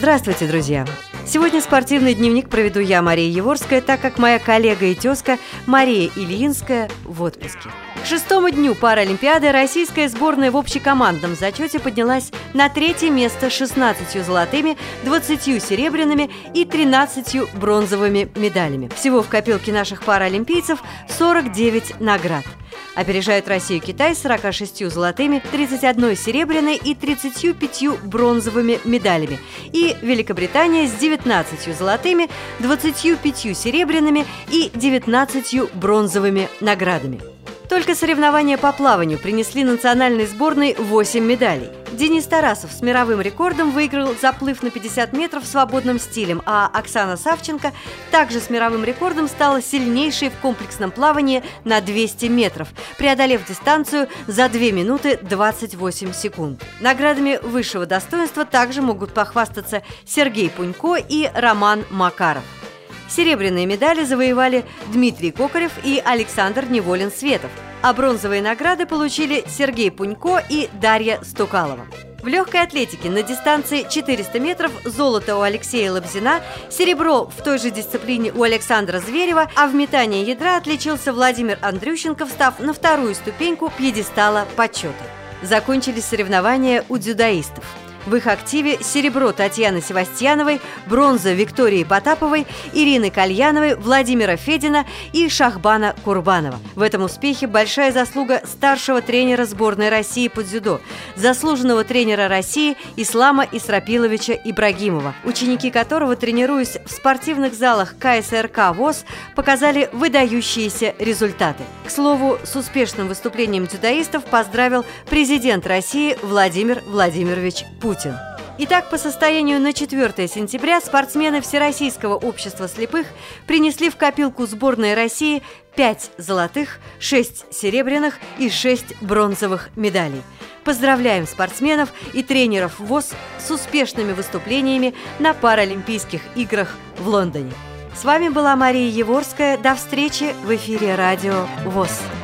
Здравствуйте, друзья! Сегодня спортивный дневник проведу я, Мария Яворская, так как моя коллега и тезка Мария Ильинская в отпуске. К 6-му дню Паралимпиады российская сборная в общекомандном зачете поднялась на 3-е место с 16 золотыми, 20 серебряными и 13 бронзовыми медалями. Всего в копилке наших паралимпийцев 49 наград. Опережают Россию Китай с 46 золотыми, 31 серебряной и 35 бронзовыми медалями. И Великобритания с 19 золотыми, 25 серебряными и 19 бронзовыми наградами. Только соревнования по плаванию принесли национальной сборной 8 медалей. Денис Тарасов с мировым рекордом выиграл заплыв на 50 метров свободным стилем, а Оксана Савченко также с мировым рекордом стала сильнейшей в комплексном плавании на 200 метров, преодолев дистанцию за 2 минуты 28 секунд. Наградами высшего достоинства также могут похвастаться Сергей Пунько и Роман Макаров. Серебряные медали завоевали Дмитрий Кокарев и Александр Неволин-Светов, а бронзовые награды получили Сергей Пунько и Дарья Стукалова. В легкой атлетике на дистанции 400 метров золото у Алексея Лобзина, серебро в той же дисциплине у Александра Зверева, а в метании ядра отличился Владимир Андрющенков, став на 2-ю ступеньку пьедестала почета. Закончились соревнования у дзюдоистов. В их активе серебро Татьяны Севастьяновой, бронза Виктории Потаповой, Ирины Кальяновой, Владимира Федина и Шахбана Курбанова. В этом успехе большая заслуга старшего тренера сборной России по дзюдо, заслуженного тренера России Ислама Исрапиловича Ибрагимова, ученики которого, тренируясь в спортивных залах КСРК ВОС, показали выдающиеся результаты. К слову, с успешным выступлением дзюдоистов поздравил президент России Владимир Владимирович Путин. Итак, по состоянию на 4 сентября спортсмены Всероссийского общества слепых принесли в копилку сборной России 5 золотых, 6 серебряных и 6 бронзовых медалей. Поздравляем спортсменов и тренеров ВОС с успешными выступлениями на Паралимпийских играх в Лондоне. С вами была Мария Яворская. До встречи в эфире радио ВОС.